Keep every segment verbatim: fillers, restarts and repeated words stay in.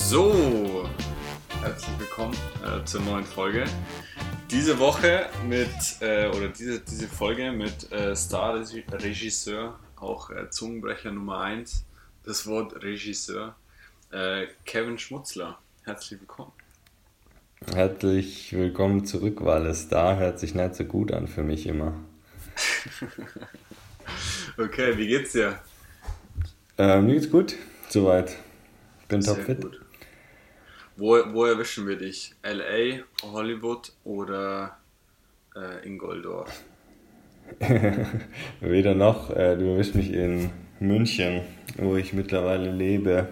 So, herzlich willkommen äh, zur neuen Folge. Diese Woche mit, äh, oder diese, diese Folge mit äh, Star-Regisseur, auch äh, Zungenbrecher Nummer eins, das Wort Regisseur, äh, Kevin Schmutzler. Herzlich willkommen. Herzlich willkommen zurück, weil es da hört sich nicht so gut an für mich immer. Okay, wie geht's dir? Äh, mir geht's gut, soweit. Bin Sehr topfit. gut. Wo, wo erwischen wir dich? L A, Hollywood oder äh, Ingoldorf? Weder noch, äh, du erwischst mich in München, wo ich mittlerweile lebe.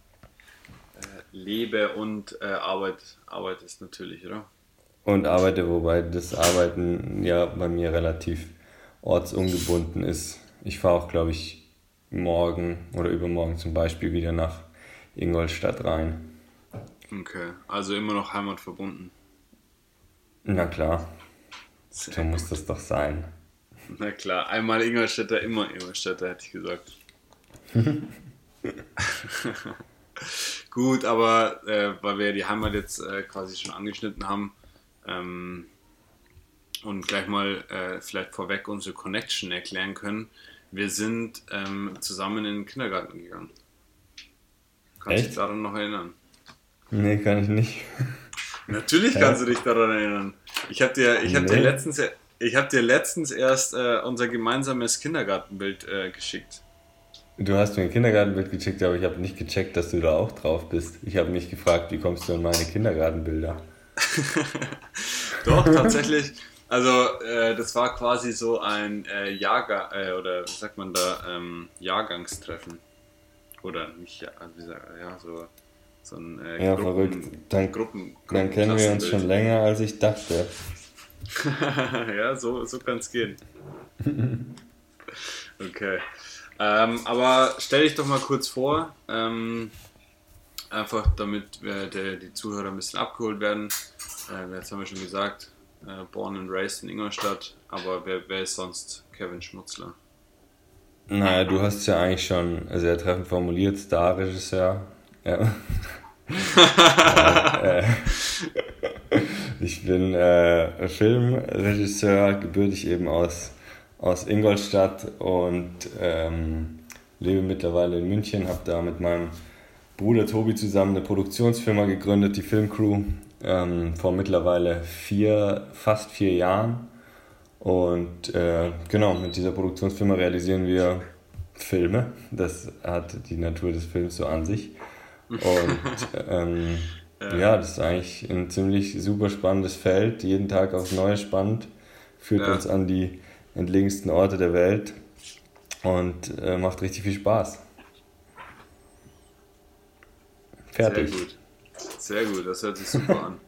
Lebe und äh, Arbeit, arbeitest natürlich, oder? Und arbeite, wobei das Arbeiten ja bei mir relativ ortsungebunden ist. Ich fahre auch, glaube ich, morgen oder übermorgen zum Beispiel wieder nach Ingolstadt rein. Okay, also immer noch heimatverbunden. Na klar, Sehr so muss gut. das doch sein. Na klar, einmal Ingolstädter, immer Ingolstädter, hätte ich gesagt. Gut, aber äh, weil wir die Heimat jetzt äh, quasi schon angeschnitten haben ähm, und gleich mal äh, vielleicht vorweg unsere Connection erklären können, wir sind ähm, zusammen in den Kindergarten gegangen. Kannst du dich Echt? daran noch erinnern? Nee, kann ich nicht. Natürlich Hä? kannst du dich daran erinnern. Ich habe dir, ich hab dir, Nee. letztens, ich hab dir letztens erst äh, unser gemeinsames Kindergartenbild äh, geschickt. Du hast mir ein Kindergartenbild gecheckt, aber ich habe nicht gecheckt, dass du da auch drauf bist. Ich habe mich gefragt, wie kommst du an meine Kindergartenbilder? Doch, tatsächlich. Also, äh, das war quasi so ein äh, Jahrgang, äh, oder wie sagt man da, ähm, Jahrgangstreffen. Oder nicht, ja, wie sagt, ja, so, so ein äh, Ja, verrückt. Gruppen, Dann, Gruppen, dann kennen wir uns Gruppenklassenbild. schon länger, als ich dachte. Ja, so, so kann es gehen. Okay. Ähm, aber stell dich doch mal kurz vor, ähm, einfach damit äh, der, die Zuhörer ein bisschen abgeholt werden. Äh, jetzt haben wir schon gesagt, äh, born and raised in Ingolstadt, aber wer, wer ist sonst Kevin Schmutzler? Naja, du hast es ja eigentlich schon sehr treffend formuliert, Star-Regisseur. Ja. Nein, äh, ich bin äh, Filmregisseur, gebürtig eben aus, aus Ingolstadt und ähm, lebe mittlerweile in München, habe da mit meinem Bruder Tobi zusammen eine Produktionsfirma gegründet, die Filmcrew, ähm, vor mittlerweile vier, fast vier Jahren. Und äh, genau, mit dieser Produktionsfirma realisieren wir Filme. Das hat die Natur des Films so an sich. Und ähm, Ja, ja, das ist eigentlich ein ziemlich super spannendes Feld. Jeden Tag aufs Neue spannend. Führt ja, uns an die entlegensten Orte der Welt und äh, macht richtig viel Spaß. sehr Fertig. gut. Sehr gut, das hört sich super an.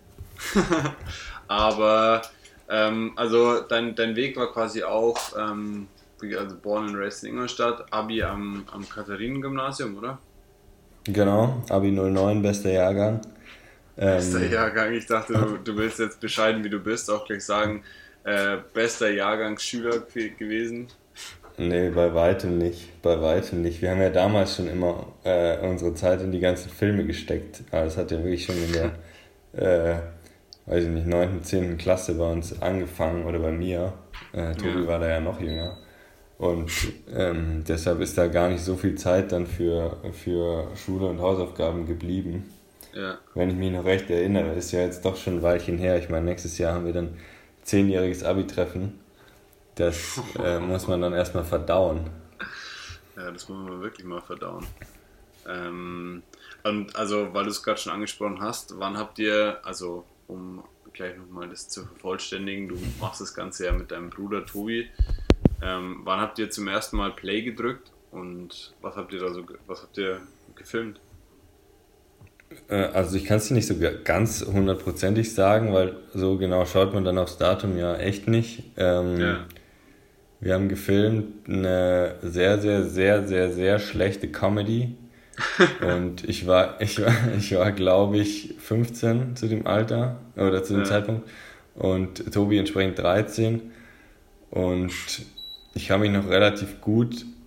Aber, ähm, also dein, dein Weg war quasi auch, ähm, wie- also born and raised in Ingolstadt, Abi am, am Katharinen-Gymnasium, oder? Genau, Abi null neun, bester Jahrgang. Bester Ähm, Jahrgang. Ich dachte, du, du willst jetzt bescheiden, wie du bist, auch gleich sagen, äh, bester Jahrgangsschüler ge- gewesen. Nee, bei weitem nicht, bei weitem nicht. Wir haben ja damals schon immer äh, unsere Zeit in die ganzen Filme gesteckt. Aber das hat ja wirklich schon in der, äh, weiß ich nicht, neunten, zehnten Klasse bei uns angefangen oder bei mir. Äh, Tobi Ja, war da ja noch jünger. Und ähm, deshalb ist da gar nicht so viel Zeit dann für, für Schule und Hausaufgaben geblieben. ja. Wenn ich mich noch recht erinnere, ist ja jetzt doch schon ein Weilchen her. Ich meine, nächstes Jahr haben wir dann zehnjähriges Abi-Treffen. Das äh, muss man dann erstmal verdauen. Ja, das muss man wirklich mal verdauen. Ähm, und also, weil du es gerade schon angesprochen hast, wann habt ihr, also um gleich nochmal das zu vervollständigen, du machst das Ganze ja mit deinem Bruder Tobi, ähm, wann habt ihr zum ersten Mal Play gedrückt und was habt ihr da so, ge- was habt ihr gefilmt? Äh, also ich kann es dir nicht so ga- ganz hundertprozentig sagen, weil so genau schaut man dann aufs Datum ja echt nicht. Ähm, Ja. wir haben gefilmt eine sehr, sehr, sehr, sehr, sehr schlechte Comedy. Und ich war, ich war, ich war, glaube ich, fünfzehn zu dem Alter oder zu dem Ja. Zeitpunkt und Tobi entsprechend dreizehn. Und ich kann mich noch relativ gut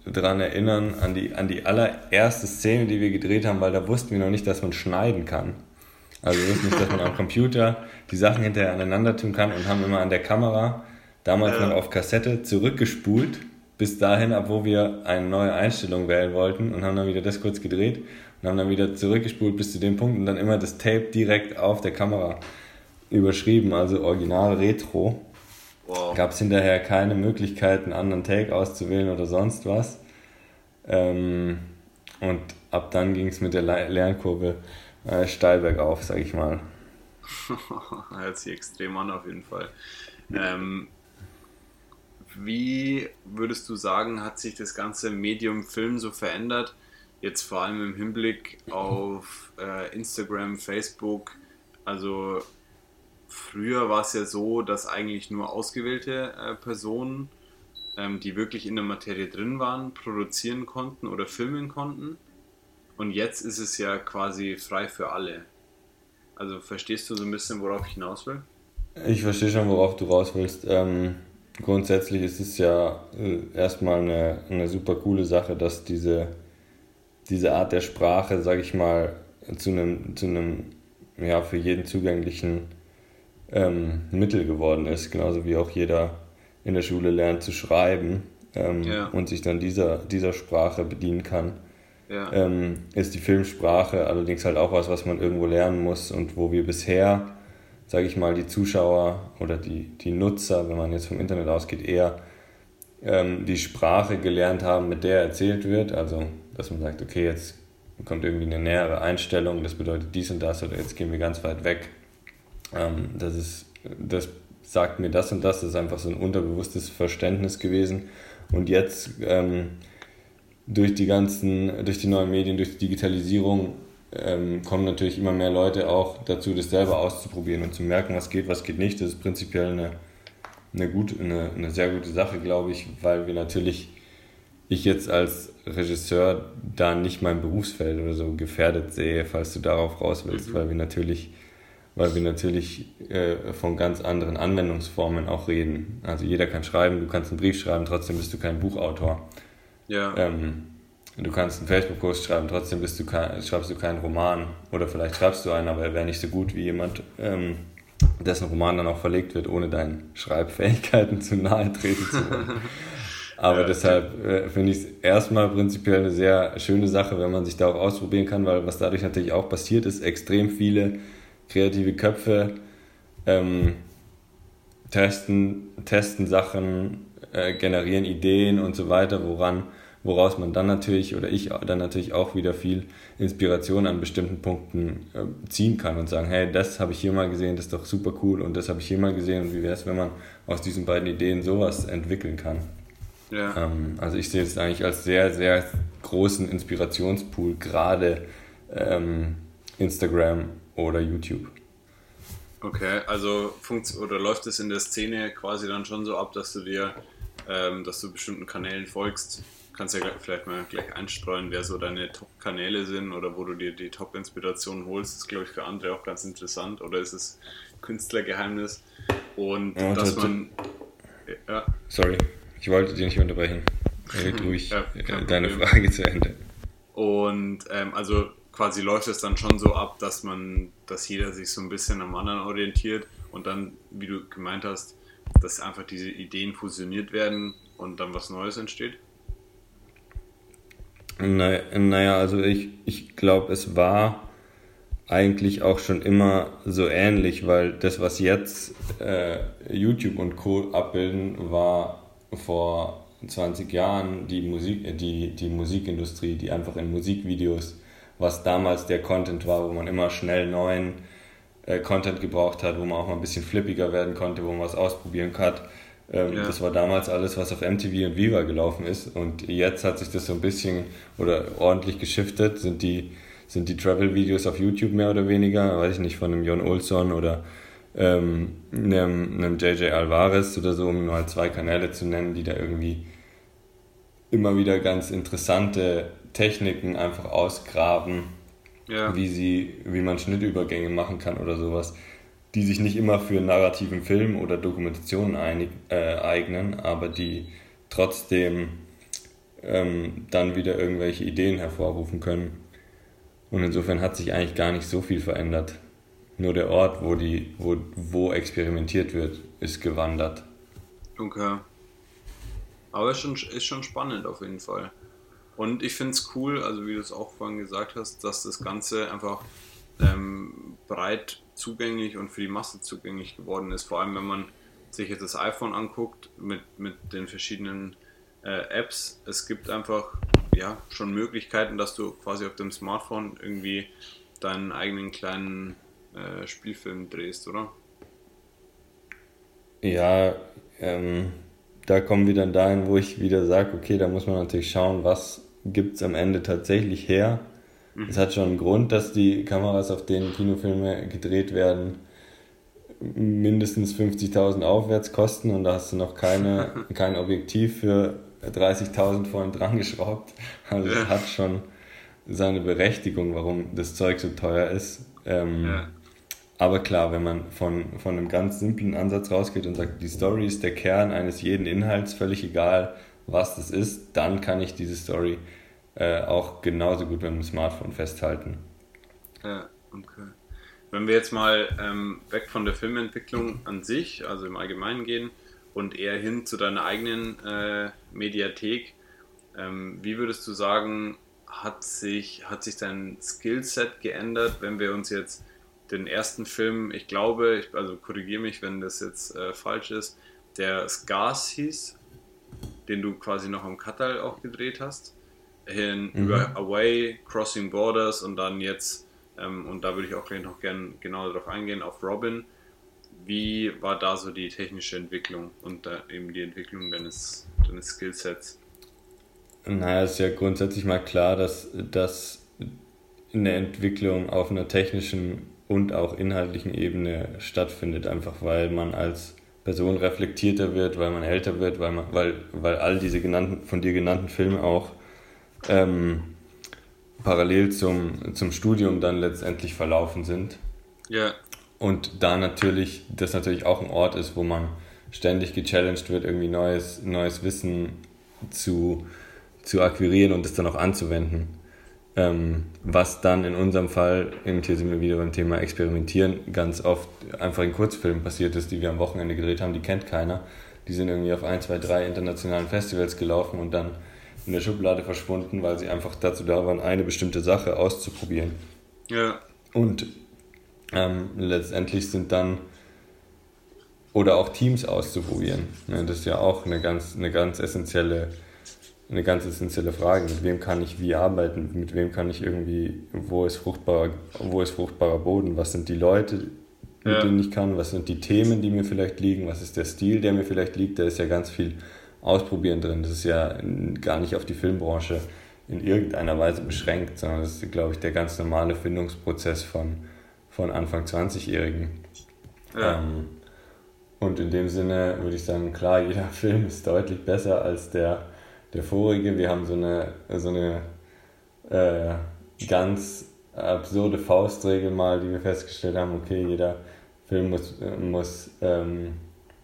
dran erinnern, an die, an die allererste Szene, die wir gedreht haben, weil da wussten wir noch nicht, dass man schneiden kann. Also wir wussten nicht, dass man am Computer die Sachen hinterher aneinander tun kann und haben immer an der Kamera, damals ja. noch auf Kassette, zurückgespult, bis dahin, ab wo wir eine neue Einstellung wählen wollten und haben dann wieder das kurz gedreht und haben dann wieder zurückgespult bis zu dem Punkt und dann immer das Tape direkt auf der Kamera überschrieben, also original Retro. Wow. Gab es hinterher keine Möglichkeit, einen anderen Take auszuwählen oder sonst was. Ähm, und ab dann ging es mit der Lernkurve äh, steil bergauf, sag ich mal. Hört sich extrem an auf jeden Fall. Ähm, wie würdest du sagen, hat sich das ganze Medium Film so verändert? Jetzt vor allem im Hinblick auf äh, Instagram, Facebook. Also früher war es ja so, dass eigentlich nur ausgewählte äh, Personen, ähm, die wirklich in der Materie drin waren, produzieren konnten oder filmen konnten. Und jetzt ist es ja quasi frei für alle. Also verstehst du so ein bisschen, worauf ich hinaus will? Ich verstehe schon, worauf du raus willst. Ähm, grundsätzlich ist es ja äh, erstmal eine, eine super coole Sache, dass diese, diese Art der Sprache, sag ich mal, zu einem, zu einem ja, für jeden zugänglichen ähm, Mittel geworden ist. Genauso wie auch jeder in der Schule lernt zu schreiben ähm, ja. und sich dann dieser, dieser Sprache bedienen kann. Ja. Ähm, ist die Filmsprache allerdings halt auch was, was man irgendwo lernen muss und wo wir bisher, sage ich mal, die Zuschauer oder die, die Nutzer, wenn man jetzt vom Internet ausgeht, eher ähm, die Sprache gelernt haben, mit der erzählt wird. Also, dass man sagt, okay, jetzt kommt irgendwie eine nähere Einstellung, das bedeutet dies und das oder jetzt gehen wir ganz weit weg. Ähm, das ist, das sagt mir das und das, das ist einfach so ein unterbewusstes Verständnis gewesen. Und jetzt ähm, durch die ganzen, durch die neuen Medien, durch die Digitalisierung ähm, kommen natürlich immer mehr Leute auch dazu, das selber auszuprobieren und zu merken, was geht, was geht nicht. Das ist prinzipiell eine, eine, gute, eine, eine sehr gute Sache, glaube ich, weil wir natürlich, ich jetzt als Regisseur da nicht mein Berufsfeld oder so gefährdet sehe, falls du darauf raus willst, mhm. weil wir natürlich, weil wir natürlich äh, von ganz anderen Anwendungsformen auch reden. Also jeder kann schreiben, du kannst einen Brief schreiben, trotzdem bist du kein Buchautor. Ja. Ähm, du kannst einen Facebook-Post schreiben, trotzdem bist du kein, schreibst du keinen Roman. Oder vielleicht schreibst du einen, aber er wäre nicht so gut wie jemand, ähm, dessen Roman dann auch verlegt wird, ohne deinen Schreibfähigkeiten zu nahe treten zu wollen. Aber ja, deshalb äh, finde ich es erstmal prinzipiell eine sehr schöne Sache, wenn man sich da auch ausprobieren kann, weil was dadurch natürlich auch passiert ist, extrem viele kreative Köpfe ähm, testen, testen Sachen, äh, generieren Ideen und so weiter, woran, woraus man dann natürlich, oder ich dann natürlich auch wieder viel Inspiration an bestimmten Punkten äh, ziehen kann und sagen, hey, das habe ich hier mal gesehen, das ist doch super cool und das habe ich hier mal gesehen und wie wäre es, wenn man aus diesen beiden Ideen sowas entwickeln kann. Ja. Ähm, also ich sehe es eigentlich als sehr, sehr großen Inspirationspool, gerade ähm, Instagram oder YouTube. Okay, also funkt, oder läuft es in der Szene quasi dann schon so ab, dass du dir, ähm, dass du bestimmten Kanälen folgst? Kannst ja gleich, vielleicht mal gleich einstreuen, wer so deine Top-Kanäle sind oder wo du dir die Top-Inspirationen holst. Das ist, glaube ich, für andere auch ganz interessant. Oder ist es Künstlergeheimnis? Und ja, dass man... Ja. Sorry, ich wollte dich nicht unterbrechen. Red ruhig ja, deine Frage zu Ende. Und ähm, also quasi läuft es dann schon so ab, dass man, dass jeder sich so ein bisschen am anderen orientiert und dann, wie du gemeint hast, dass einfach diese Ideen fusioniert werden und dann was Neues entsteht? Naja, naja also ich, ich glaube, es war eigentlich auch schon immer so ähnlich, weil das, was jetzt äh, YouTube und Co. abbilden, war vor zwanzig Jahren die Musik, die, die Musikindustrie, die einfach in Musikvideos, was damals der Content war, wo man immer schnell neuen äh, Content gebraucht hat, wo man auch mal ein bisschen flippiger werden konnte, wo man was ausprobieren kann. Ähm, ja. Das war damals alles, was auf M T V und Viva gelaufen ist und jetzt hat sich das so ein bisschen oder ordentlich geschiftet, sind die, sind die Travel-Videos auf YouTube mehr oder weniger, weiß ich nicht, von einem Jon Olsson oder ähm, einem, einem J J Alvarez oder so, um mal zwei Kanäle zu nennen, die da irgendwie immer wieder ganz interessante Techniken einfach ausgraben, ja. wie sie, wie man Schnittübergänge machen kann oder sowas, die sich nicht immer für narrativen Film oder Dokumentationen einig, äh, eignen, aber die trotzdem ähm, dann wieder irgendwelche Ideen hervorrufen können. Und insofern hat sich eigentlich gar nicht so viel verändert. Nur der Ort, wo, die, wo, wo experimentiert wird, ist gewandert. Okay. Aber ist schon, ist schon spannend auf jeden Fall. Und ich finde es cool, also wie du es auch vorhin gesagt hast, dass das Ganze einfach ähm, breit zugänglich und für die Masse zugänglich geworden ist. Vor allem, wenn man sich jetzt das iPhone anguckt mit, mit den verschiedenen äh, Apps. Es gibt einfach ja schon Möglichkeiten, dass du quasi auf dem Smartphone irgendwie deinen eigenen kleinen äh, Spielfilm drehst, oder? Ja, ähm, da kommen wir dann dahin, wo ich wieder sage, okay, da muss man natürlich schauen, was gibt es am Ende tatsächlich her. Mhm. Es hat schon einen Grund, dass die Kameras, auf denen Kinofilme gedreht werden, mindestens fünfzigtausend aufwärts kosten und da hast du noch keine, kein Objektiv für dreißigtausend vorhin dran geschraubt. Also es ja. hat schon seine Berechtigung, warum das Zeug so teuer ist. Ähm, ja. Aber klar, wenn man von, von einem ganz simplen Ansatz rausgeht und sagt, die Story ist der Kern eines jeden Inhalts, völlig egal, was das ist, dann kann ich diese Story äh, auch genauso gut mit dem Smartphone festhalten. Ja, okay. Wenn wir jetzt mal ähm, weg von der Filmentwicklung an sich, also im Allgemeinen gehen und eher hin zu deiner eigenen äh, Mediathek, ähm, wie würdest du sagen, hat sich, hat sich dein Skillset geändert, wenn wir uns jetzt den ersten Film, ich glaube, ich, also korrigiere mich, wenn das jetzt äh, falsch ist, der Scars hieß, den du quasi noch am Katal auch gedreht hast, hin mhm. über Away, Crossing Borders und dann jetzt, ähm, und da würde ich auch gleich noch gerne genau darauf eingehen, auf Robin. Wie war da so die technische Entwicklung und äh, eben die Entwicklung deines, deines Skillsets? Naja, es ist ja grundsätzlich mal klar, dass, dass eine Entwicklung auf einer technischen und auch inhaltlichen Ebene stattfindet, einfach weil man als Person reflektierter wird, weil man älter wird, weil man, weil, weil all diese genannten, von dir genannten Filme auch ähm, parallel zum, zum Studium dann letztendlich verlaufen sind. Ja. Und da natürlich, das natürlich auch ein Ort ist, wo man ständig gechallenged wird, irgendwie neues, neues Wissen zu, zu akquirieren und es dann auch anzuwenden. Ähm, was dann in unserem Fall, und hier sind wir wieder beim Thema Experimentieren, ganz oft einfach in Kurzfilmen passiert ist, die wir am Wochenende gedreht haben, die kennt keiner. Die sind irgendwie auf ein, zwei, drei internationalen Festivals gelaufen und dann in der Schublade verschwunden, weil sie einfach dazu da waren, eine bestimmte Sache auszuprobieren. Ja. Und ähm, letztendlich sind dann, oder auch Teams auszuprobieren. Ja, das ist ja auch eine ganz, eine ganz essentielle eine ganz essentielle Frage. Mit wem kann ich wie arbeiten? Mit wem kann ich irgendwie, wo ist fruchtbarer, wo ist fruchtbarer Boden? Was sind die Leute, mit ja. denen ich kann? Was sind die Themen, die mir vielleicht liegen? Was ist der Stil, der mir vielleicht liegt? Da ist ja ganz viel Ausprobieren drin. Das ist ja gar nicht auf die Filmbranche in irgendeiner Weise beschränkt, sondern das ist, glaube ich, der ganz normale Findungsprozess von, von Anfang zwanzigjährigen. Ja. Ähm, und in dem Sinne würde ich sagen, klar, jeder Film ist deutlich besser als der Der vorige. Wir haben so eine, so eine äh, ganz absurde Faustregel mal, die wir festgestellt haben, okay, jeder Film muss, muss ähm,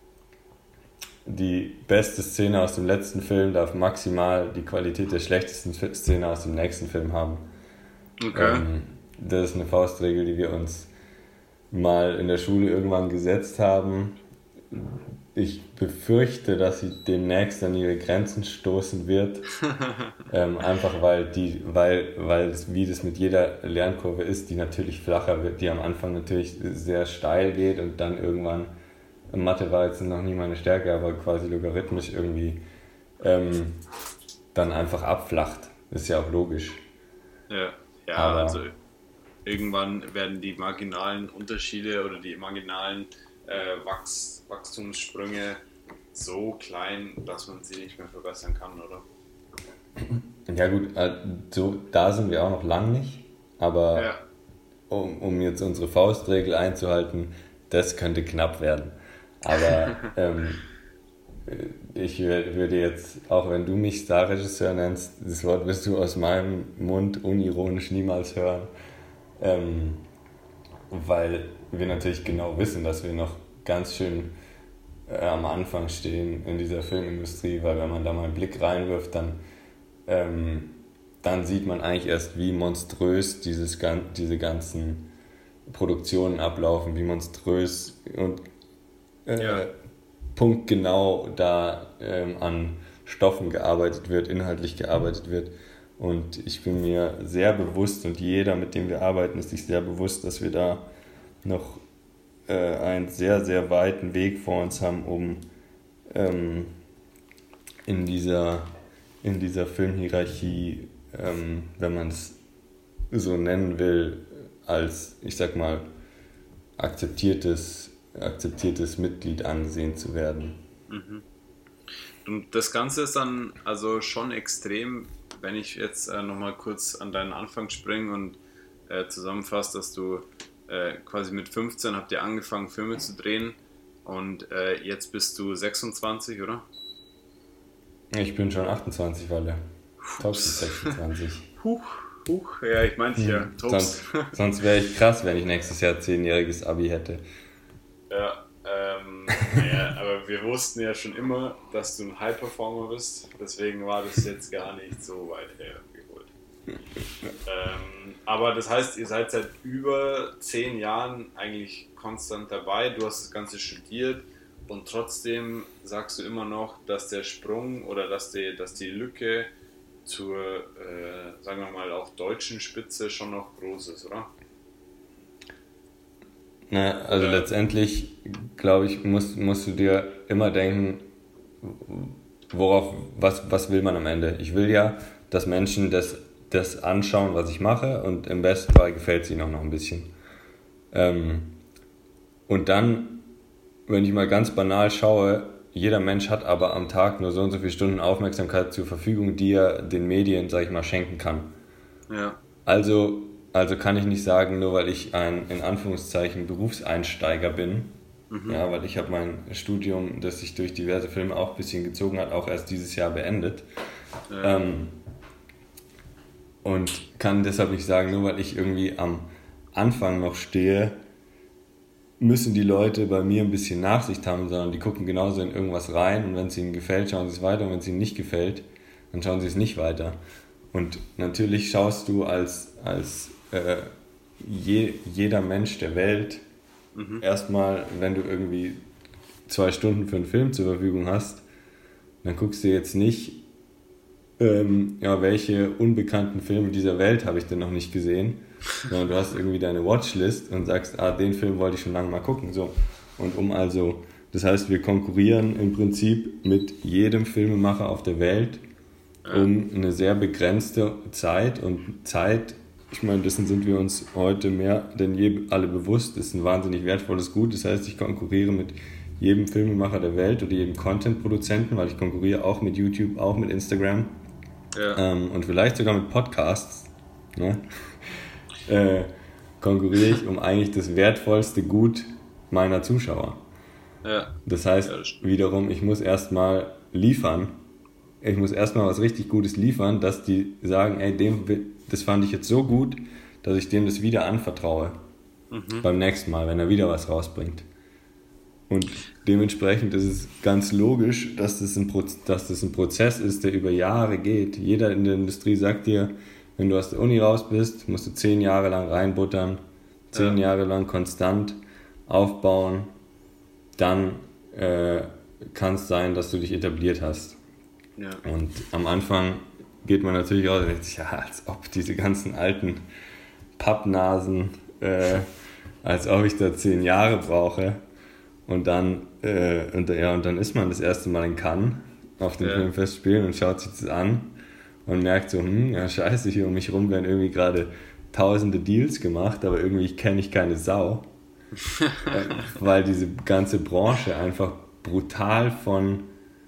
die beste Szene aus dem letzten Film darf maximal die Qualität der schlechtesten Szene aus dem nächsten Film haben. Okay. Ähm, das ist eine Faustregel, die wir uns mal in der Schule irgendwann gesetzt haben. Ich befürchte, dass sie demnächst an ihre Grenzen stoßen wird. ähm, einfach weil die, weil, weil es, wie das mit jeder Lernkurve ist, die natürlich flacher wird, die am Anfang natürlich sehr steil geht und dann irgendwann, Mathe war jetzt noch nie meine Stärke, aber quasi logarithmisch irgendwie ähm, dann einfach abflacht. Das ist ja auch logisch. Ja, ja, aber also irgendwann werden die marginalen Unterschiede oder die marginalen Äh, Wachs, Wachstumssprünge so klein, dass man sie nicht mehr verbessern kann, oder? Ja gut, so, da sind wir auch noch lang nicht, aber ja. um, um jetzt unsere Faustregel einzuhalten, das könnte knapp werden. Aber ähm, ich würde jetzt, auch wenn du mich Starregisseur nennst, das Wort wirst du aus meinem Mund unironisch niemals hören, ähm, weil wir natürlich genau wissen, dass wir noch ganz schön äh, am Anfang stehen in dieser Filmindustrie, weil wenn man da mal einen Blick reinwirft, dann ähm, dann sieht man eigentlich erst, wie monströs dieses, diese ganzen Produktionen ablaufen, wie monströs und äh, ja. punktgenau da ähm, an Stoffen gearbeitet wird, inhaltlich gearbeitet wird. Und ich bin mir sehr bewusst, und jeder, mit dem wir arbeiten, ist sich sehr bewusst, dass wir da noch äh, einen sehr, sehr weiten Weg vor uns haben, um ähm, in dieser, in dieser Filmhierarchie, ähm, wenn man es so nennen will, als, ich sag mal, akzeptiertes, akzeptiertes Mitglied angesehen zu werden. Mhm. Und das Ganze ist dann also schon extrem, wenn ich jetzt äh, nochmal kurz an deinen Anfang springe und äh, zusammenfasse, dass du äh, quasi mit fünfzehn habt ihr angefangen, Filme zu drehen und äh, jetzt bist du sechsundzwanzig, oder? Ich bin schon achtundzwanzig, Walle. Tops sechsundzwanzig. Huch, huch, ja, ich meinte ja, hm, Tops. Sonst, sonst wäre ich krass, wenn ich nächstes Jahr zehnjähriges Abi hätte. Ja, ähm, naja, aber wir wussten ja schon immer, dass du ein High-Performer bist, deswegen war das jetzt gar nicht so weit hergeholt. ähm, aber das heißt, ihr seid seit über zehn Jahren eigentlich konstant dabei, du hast das Ganze studiert und trotzdem sagst du immer noch, dass der Sprung oder dass die, dass die Lücke zur, äh, sagen wir mal, auch deutschen Spitze schon noch groß ist, oder? Na, also ja. Letztendlich, glaube ich, musst, musst du dir immer denken, worauf, was, was will man am Ende? Ich will ja, dass Menschen das, das anschauen, was ich mache, und im besten Fall gefällt es ihnen auch noch ein bisschen. Ähm, und dann, wenn ich mal ganz banal schaue, jeder Mensch hat aber am Tag nur so und so viele Stunden Aufmerksamkeit zur Verfügung, die er den Medien, sag ich mal, schenken kann. Ja. Also Also kann ich nicht sagen, nur weil ich ein, in Anführungszeichen, Berufseinsteiger bin, mhm. ja, weil ich habe mein Studium, das sich durch diverse Filme auch ein bisschen gezogen hat, auch erst dieses Jahr beendet. Ja. Ähm, und kann deshalb nicht sagen, nur weil ich irgendwie am Anfang noch stehe, müssen die Leute bei mir ein bisschen Nachsicht haben, sondern die gucken genauso in irgendwas rein und wenn es ihnen gefällt, schauen sie es weiter und wenn es ihnen nicht gefällt, dann schauen sie es nicht weiter. Und natürlich schaust du als, als äh, je, jeder Mensch der Welt mhm. erstmal, wenn du irgendwie zwei Stunden für einen Film zur Verfügung hast, dann guckst du jetzt nicht, ähm, ja, welche unbekannten Filme dieser Welt habe ich denn noch nicht gesehen, sondern du hast irgendwie deine Watchlist und sagst, ah, den Film wollte ich schon lange mal gucken. So. Und um also, das heißt, wir konkurrieren im Prinzip mit jedem Filmemacher auf der Welt um eine sehr begrenzte Zeit, und Zeit, ich meine, dessen sind wir uns heute mehr denn je alle bewusst, ist ein wahnsinnig wertvolles Gut. Das heißt, ich konkurriere mit jedem Filmemacher der Welt oder jedem Content-Produzenten, weil ich konkurriere auch mit YouTube, auch mit Instagram ja. ähm, und vielleicht sogar mit Podcasts. Ne? äh, konkurriere ich um eigentlich das wertvollste Gut meiner Zuschauer. Ja. Das heißt, ja, das wiederum, ich muss erstmal liefern. Ich muss erstmal was richtig Gutes liefern, dass die sagen, ey, dem, das fand ich jetzt so gut, dass ich dem das wieder anvertraue. Mhm. Beim nächsten Mal, wenn er wieder was rausbringt. Und dementsprechend ist es ganz logisch, dass das ein, Pro- dass das ein Prozess ist, der über Jahre geht. Jeder in der Industrie sagt dir, wenn du aus der Uni raus bist, musst du zehn Jahre lang reinbuttern, zehn ja. Jahre lang konstant aufbauen, dann äh, kann es sein, dass du dich etabliert hast. Ja. Und am Anfang geht man natürlich auch und denkt sich, ja, als ob diese ganzen alten Pappnasen, äh, als ob ich da zehn Jahre brauche. Und dann, äh, und, ja, und dann ist man das erste Mal in Cannes auf den ja. Filmfestspielen und schaut sich das an und merkt so, hm, ja scheiße, hier um mich rum werden irgendwie gerade tausende Deals gemacht, aber irgendwie kenne ich keine Sau. äh, weil diese ganze Branche einfach brutal von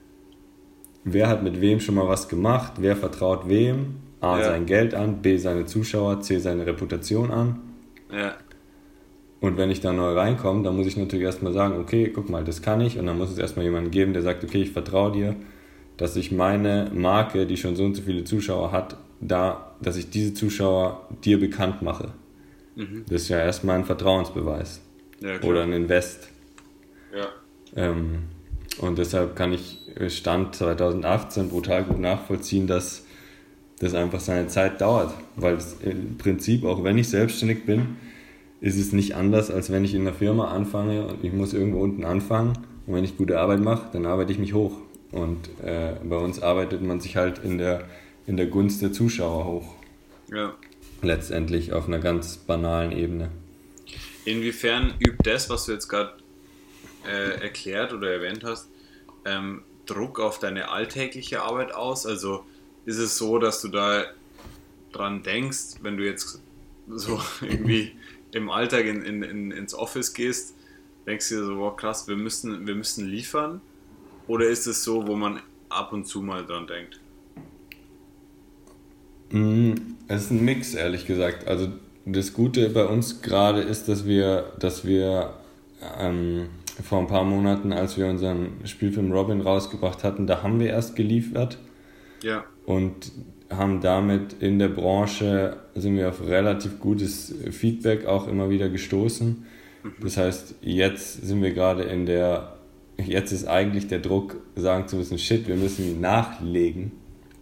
wer hat mit wem schon mal was gemacht, wer vertraut wem, A, ja. sein Geld an, B, seine Zuschauer, C, seine Reputation an. Ja. Und wenn ich da neu reinkomme, dann muss ich natürlich erstmal sagen, okay, guck mal, das kann ich. Und dann muss es erstmal jemanden geben, der sagt, okay, ich vertraue dir, dass ich meine Marke, die schon so und so viele Zuschauer hat, da, dass ich diese Zuschauer dir bekannt mache. Mhm. Das ist ja erstmal ein Vertrauensbeweis. Ja, oder ein Invest. Ja. Ähm, und deshalb kann ich Stand zwanzig achtzehn brutal gut nachvollziehen, dass das einfach seine Zeit dauert. Weil es im Prinzip, auch wenn ich selbstständig bin, ist es nicht anders, als wenn ich in einer Firma anfange und ich muss irgendwo unten anfangen. Und wenn ich gute Arbeit mache, dann arbeite ich mich hoch. Und äh, bei uns arbeitet man sich halt in der, in der Gunst der Zuschauer hoch. Ja. Letztendlich auf einer ganz banalen Ebene. Inwiefern übt das, was du jetzt gerade äh, erklärt oder erwähnt hast, ähm, Druck auf deine alltägliche Arbeit aus? Also ist es so, dass du da dran denkst, wenn du jetzt so irgendwie im Alltag in, in, in, ins Office gehst, denkst du dir so, wow, krass, wir müssen, wir müssen liefern? Oder ist es so, wo man ab und zu mal dran denkt? Es ist ein Mix, ehrlich gesagt. Also das Gute bei uns gerade ist, dass wir, dass wir ähm, vor ein paar Monaten, als wir unseren Spielfilm Robin rausgebracht hatten, da haben wir erst geliefert. Ja. Und haben damit in der Branche, sind wir auf relativ gutes Feedback auch immer wieder gestoßen. Das heißt, jetzt sind wir gerade in der, jetzt ist eigentlich der Druck, sagen zu müssen, shit, wir müssen nachlegen.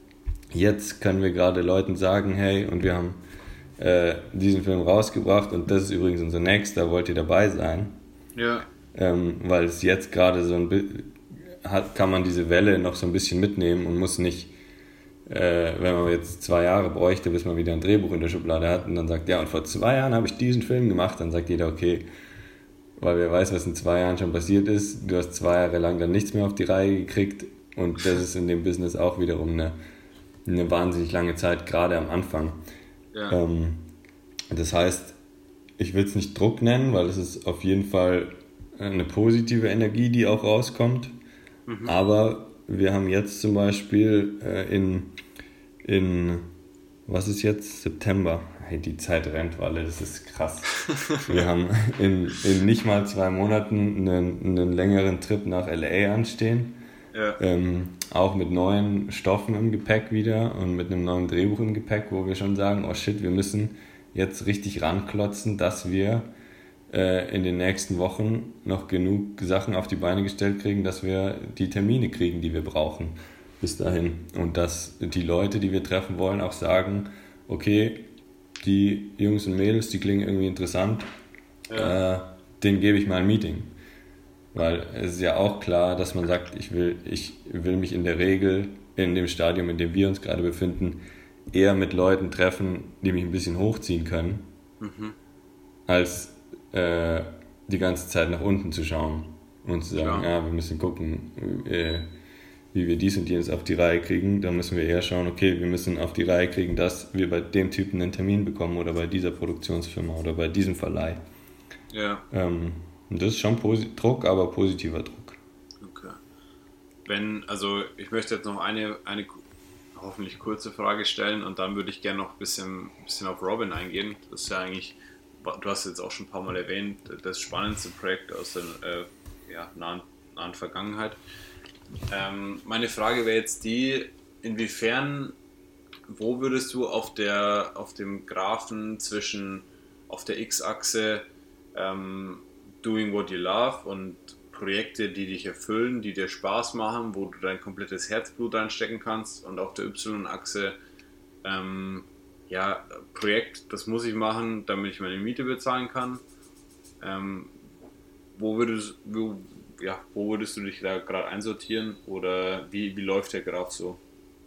Jetzt können wir gerade Leuten sagen, hey, und wir haben äh, diesen Film rausgebracht und das ist übrigens unser nächster, wollt ihr dabei sein? Ja. Ähm, weil es jetzt gerade so ein bisschen, hat, kann man diese Welle noch so ein bisschen mitnehmen und muss nicht, äh, wenn man jetzt zwei Jahre bräuchte, bis man wieder ein Drehbuch in der Schublade hat und dann sagt, ja, und vor zwei Jahren habe ich diesen Film gemacht, dann sagt jeder, okay, weil wer weiß, was in zwei Jahren schon passiert ist, du hast zwei Jahre lang dann nichts mehr auf die Reihe gekriegt und das ist in dem Business auch wiederum eine, eine wahnsinnig lange Zeit, gerade am Anfang. Ja. Ähm, das heißt, ich will es nicht Druck nennen, weil es ist auf jeden Fall eine positive Energie, die auch rauskommt, mhm. aber wir haben jetzt zum Beispiel äh, in, in, was ist jetzt, September, hey, die Zeit rennt, Walle, das ist krass. Wir haben in, in nicht mal zwei Monaten einen, einen längeren Trip nach L A anstehen, ja. ähm, auch mit neuen Stoffen im Gepäck wieder und mit einem neuen Drehbuch im Gepäck, wo wir schon sagen, oh shit, wir müssen jetzt richtig ranklotzen, dass wir in den nächsten Wochen noch genug Sachen auf die Beine gestellt kriegen, dass wir die Termine kriegen, die wir brauchen bis dahin. Und dass die Leute, die wir treffen wollen, auch sagen, okay, die Jungs und Mädels, die klingen irgendwie interessant, ja. äh, denen gebe ich mal ein Meeting. Weil es ist ja auch klar, dass man sagt, ich will, ich will mich in der Regel in dem Stadium, in dem wir uns gerade befinden, eher mit Leuten treffen, die mich ein bisschen hochziehen können, mhm. als äh, die ganze Zeit nach unten zu schauen und zu sagen, ja, ja wir müssen gucken, äh, wie wir dies und jenes auf die Reihe kriegen. Da müssen wir eher schauen, okay, wir müssen auf die Reihe kriegen, dass wir bei dem Typen einen Termin bekommen oder bei dieser Produktionsfirma oder bei diesem Verleih. Ja. Ähm, und das ist schon posi- Druck, aber positiver Druck. Okay. Wenn, also ich möchte jetzt noch eine, eine hoffentlich kurze Frage stellen und dann würde ich gerne noch ein bisschen, bisschen auf Robin eingehen. Das ist ja eigentlich, du hast jetzt auch schon ein paar Mal erwähnt, das spannendste Projekt aus der äh, ja, nahen, nahen Vergangenheit. Ähm, meine Frage wäre jetzt die, inwiefern, wo würdest du auf, der, auf dem Graphen zwischen, auf der X-Achse ähm, Doing What You Love und Projekte, die dich erfüllen, die dir Spaß machen, wo du dein komplettes Herzblut reinstecken kannst, und auf der Y-Achse ähm, ja, Projekt, das muss ich machen, damit ich meine Miete bezahlen kann. Ähm, wo, würdest, wo, ja, wo würdest du dich da gerade einsortieren oder wie, wie läuft der Graph so?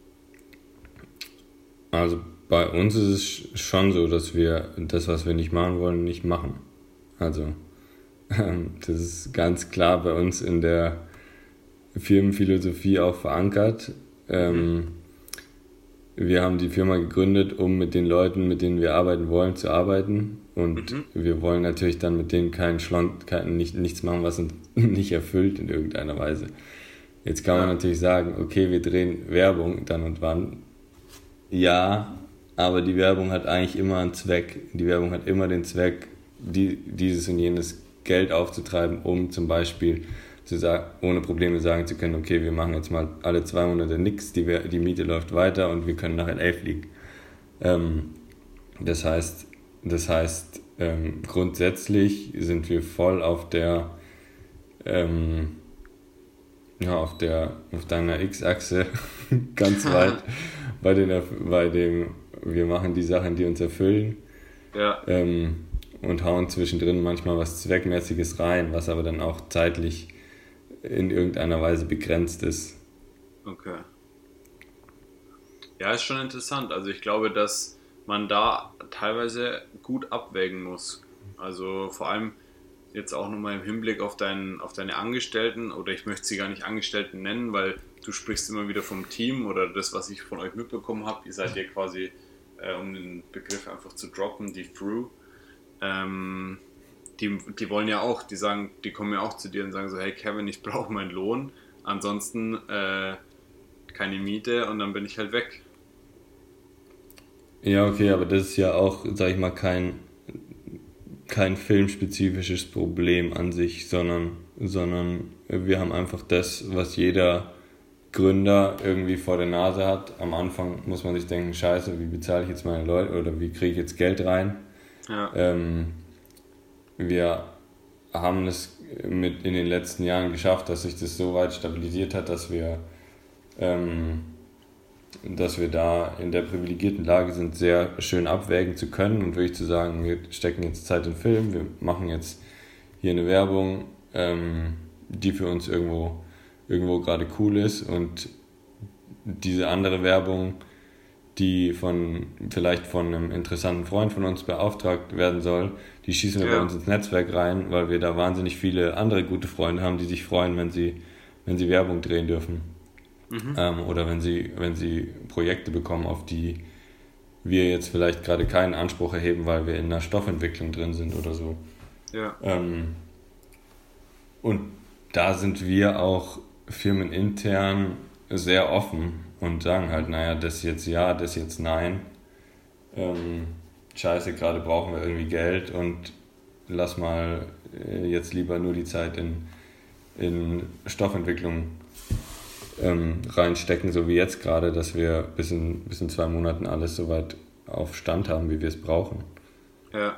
Also bei uns ist es schon so, dass wir das, was wir nicht machen wollen, nicht machen. Also das ist ganz klar bei uns in der Firmenphilosophie auch verankert. Mhm. Wir haben die Firma gegründet, um mit den Leuten, mit denen wir arbeiten wollen, zu arbeiten. Und mhm. wir wollen natürlich dann mit denen keinen Schlond, kein, nicht, nichts machen, was uns nicht erfüllt in irgendeiner Weise. Jetzt kann man ja. natürlich sagen, okay, wir drehen Werbung dann und wann. Ja, aber die Werbung hat eigentlich immer einen Zweck. Die Werbung hat immer den Zweck, die, dieses und jenes Geld aufzutreiben, um zum Beispiel zu sagen, ohne Probleme sagen zu können, okay, wir machen jetzt mal alle zwei Monate nichts, die, die Miete läuft weiter und wir können nach L A fliegen. Ähm, das heißt, das heißt ähm, grundsätzlich sind wir voll auf der ja, auf der auf deiner X-Achse ganz weit bei, den, bei dem, wir machen die Sachen, die uns erfüllen. Ja. Ähm, und hauen zwischendrin manchmal was Zweckmäßiges rein, was aber dann auch zeitlich in irgendeiner Weise begrenzt ist. Okay. Ja, ist schon interessant. Also ich glaube, dass man da teilweise gut abwägen muss. Also vor allem jetzt auch nochmal im Hinblick auf, dein, auf deine Angestellten, oder ich möchte sie gar nicht Angestellten nennen, weil du sprichst immer wieder vom Team oder das, was ich von euch mitbekommen habe. Ihr seid ja quasi, äh, um den Begriff einfach zu droppen, die Through. Ähm, die, die wollen ja auch, die sagen, die kommen ja auch zu dir und sagen so, hey Kevin, ich brauche meinen Lohn, ansonsten äh, keine Miete und dann bin ich halt weg. Ja, okay, aber das ist ja auch, sag ich mal, kein, kein filmspezifisches Problem an sich, sondern, sondern wir haben einfach das, was jeder Gründer irgendwie vor der Nase hat. Am Anfang muss man sich denken, scheiße, wie bezahle ich jetzt meine Leute oder wie kriege ich jetzt Geld rein? Ja. Ähm, wir haben es mit in den letzten Jahren geschafft, dass sich das so weit stabilisiert hat, dass wir, ähm, dass wir da in der privilegierten Lage sind, sehr schön abwägen zu können und wirklich zu sagen, wir stecken jetzt Zeit in Film, wir machen jetzt hier eine Werbung, ähm, die für uns irgendwo, irgendwo gerade cool ist, und diese andere Werbung, die von vielleicht von einem interessanten Freund von uns beauftragt werden soll, die schießen wir Ja. bei uns ins Netzwerk rein, weil wir da wahnsinnig viele andere gute Freunde haben, die sich freuen, wenn sie, wenn sie Werbung drehen dürfen. Mhm. Ähm, oder wenn sie, wenn sie Projekte bekommen, auf die wir jetzt vielleicht gerade keinen Anspruch erheben, weil wir in einer Stoffentwicklung drin sind oder so. Ja. Ähm, und da sind wir auch firmenintern sehr offen und sagen halt, naja, das jetzt ja, das jetzt nein. Ähm, scheiße, gerade brauchen wir irgendwie Geld und lass mal äh, jetzt lieber nur die Zeit in, in Stoffentwicklung ähm, reinstecken, so wie jetzt gerade, dass wir bis in, bis in zwei Monaten alles soweit auf Stand haben, wie wir es brauchen. Ja.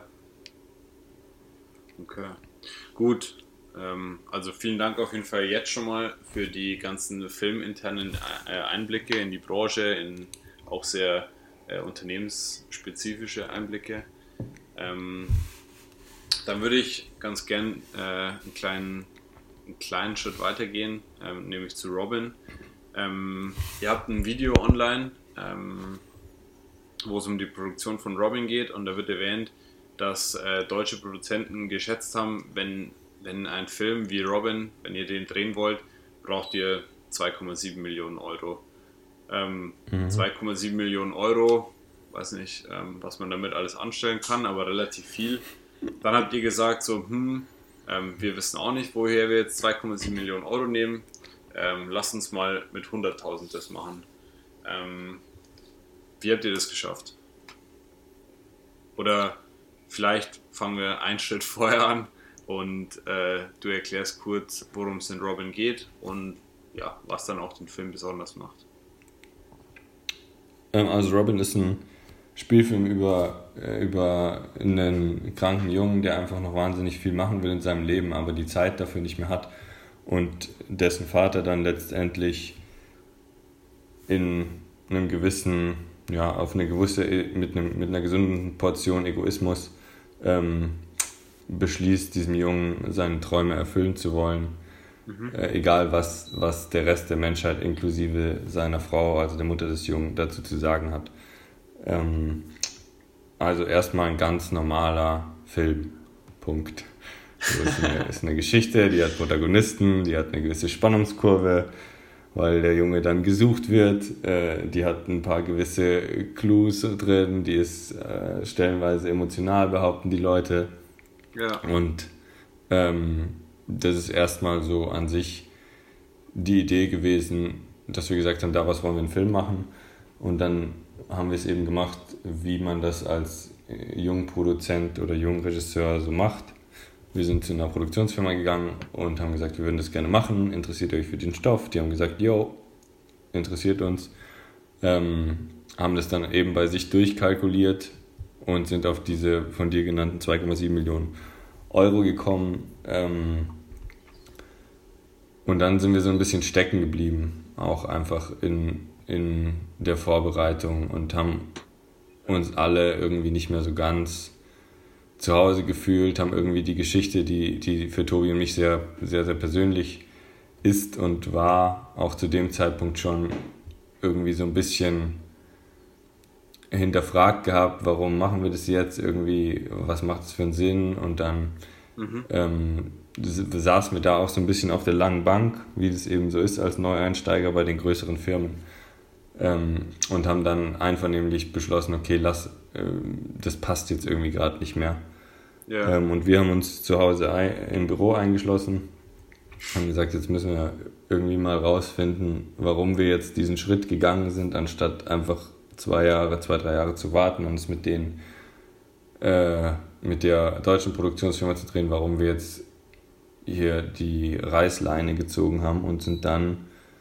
Okay. Gut. Ähm, also vielen Dank auf jeden Fall jetzt schon mal für die ganzen filminternen äh, Einblicke in die Branche, in auch sehr äh, unternehmensspezifische Einblicke. Ähm, dann würde ich ganz gern äh, einen, kleinen, einen kleinen Schritt weitergehen, ähm, nämlich zu Robin. Ähm, ihr habt ein Video online, ähm, wo es um die Produktion von Robin geht, und da wird erwähnt, dass äh, deutsche Produzenten geschätzt haben, wenn, wenn ein Film wie Robin, wenn ihr den drehen wollt, braucht ihr zwei Komma sieben Millionen Euro. Ähm, Mhm. zwei Komma sieben Millionen Euro, weiß nicht, ähm, was man damit alles anstellen kann, aber relativ viel. Dann habt ihr gesagt, so, hm, ähm, wir wissen auch nicht, woher wir jetzt zwei Komma sieben Millionen Euro nehmen. Ähm, lasst uns mal mit hunderttausend das machen. Ähm, wie habt ihr das geschafft? Oder vielleicht fangen wir einen Schritt vorher an und äh, du erklärst kurz, worum es in Robin geht und ja, was dann auch den Film besonders macht. Ähm, also Robin ist ein Spielfilm über, äh, über einen kranken Jungen, der einfach noch wahnsinnig viel machen will in seinem Leben, aber die Zeit dafür nicht mehr hat, und dessen Vater dann letztendlich in einem gewissen, ja, auf eine gewisse, mit, einem, mit einer gesunden Portion Egoismus ähm, beschließt, diesem Jungen seine Träume erfüllen zu wollen. Mhm. Äh, egal was, was der Rest der Menschheit inklusive seiner Frau, also der Mutter des Jungen, dazu zu sagen hat. Ähm, also erstmal ein ganz normaler Film. Punkt. Das ist eine, ist eine Geschichte, die hat Protagonisten, die hat eine gewisse Spannungskurve, weil der Junge dann gesucht wird, äh, die hat ein paar gewisse Clues drin, die ist äh, stellenweise emotional, behaupten die Leute. Ja. Und ähm, das ist erstmal so an sich die Idee gewesen, dass wir gesagt haben, daraus wollen wir einen Film machen, und dann haben wir es eben gemacht, wie man das als Jungproduzent oder Jungregisseur so macht. Wir sind zu einer Produktionsfirma gegangen und haben gesagt, wir würden das gerne machen, interessiert ihr euch für den Stoff? Die haben gesagt, jo, interessiert uns. Ähm, haben das dann eben bei sich durchkalkuliert und sind auf diese von dir genannten zwei Komma sieben Millionen Euro gekommen. Ähm, und dann sind wir so ein bisschen stecken geblieben, auch einfach in, in der Vorbereitung und haben uns alle irgendwie nicht mehr so ganz zu Hause gefühlt, haben irgendwie die Geschichte, die, die für Tobi und mich sehr, sehr, sehr persönlich ist und war, auch zu dem Zeitpunkt schon irgendwie so ein bisschen hinterfragt gehabt, warum machen wir das jetzt irgendwie, was macht es für einen Sinn, und dann mhm. ähm, saßen wir da auch so ein bisschen auf der langen Bank, wie das eben so ist als Neueinsteiger bei den größeren Firmen, ähm, und haben dann einvernehmlich beschlossen, okay, lass, äh, das passt jetzt irgendwie gerade nicht mehr. Ja. Ähm, und wir haben uns zu Hause ein, im Büro eingeschlossen, haben gesagt, jetzt müssen wir irgendwie mal rausfinden, warum wir jetzt diesen Schritt gegangen sind, anstatt einfach zwei Jahre, zwei, drei Jahre zu warten und es mit denen, äh, mit der deutschen Produktionsfirma zu drehen, warum wir jetzt hier die Reißleine gezogen haben, und sind dann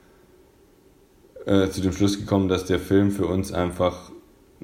äh, zu dem Schluss gekommen, dass der Film für uns einfach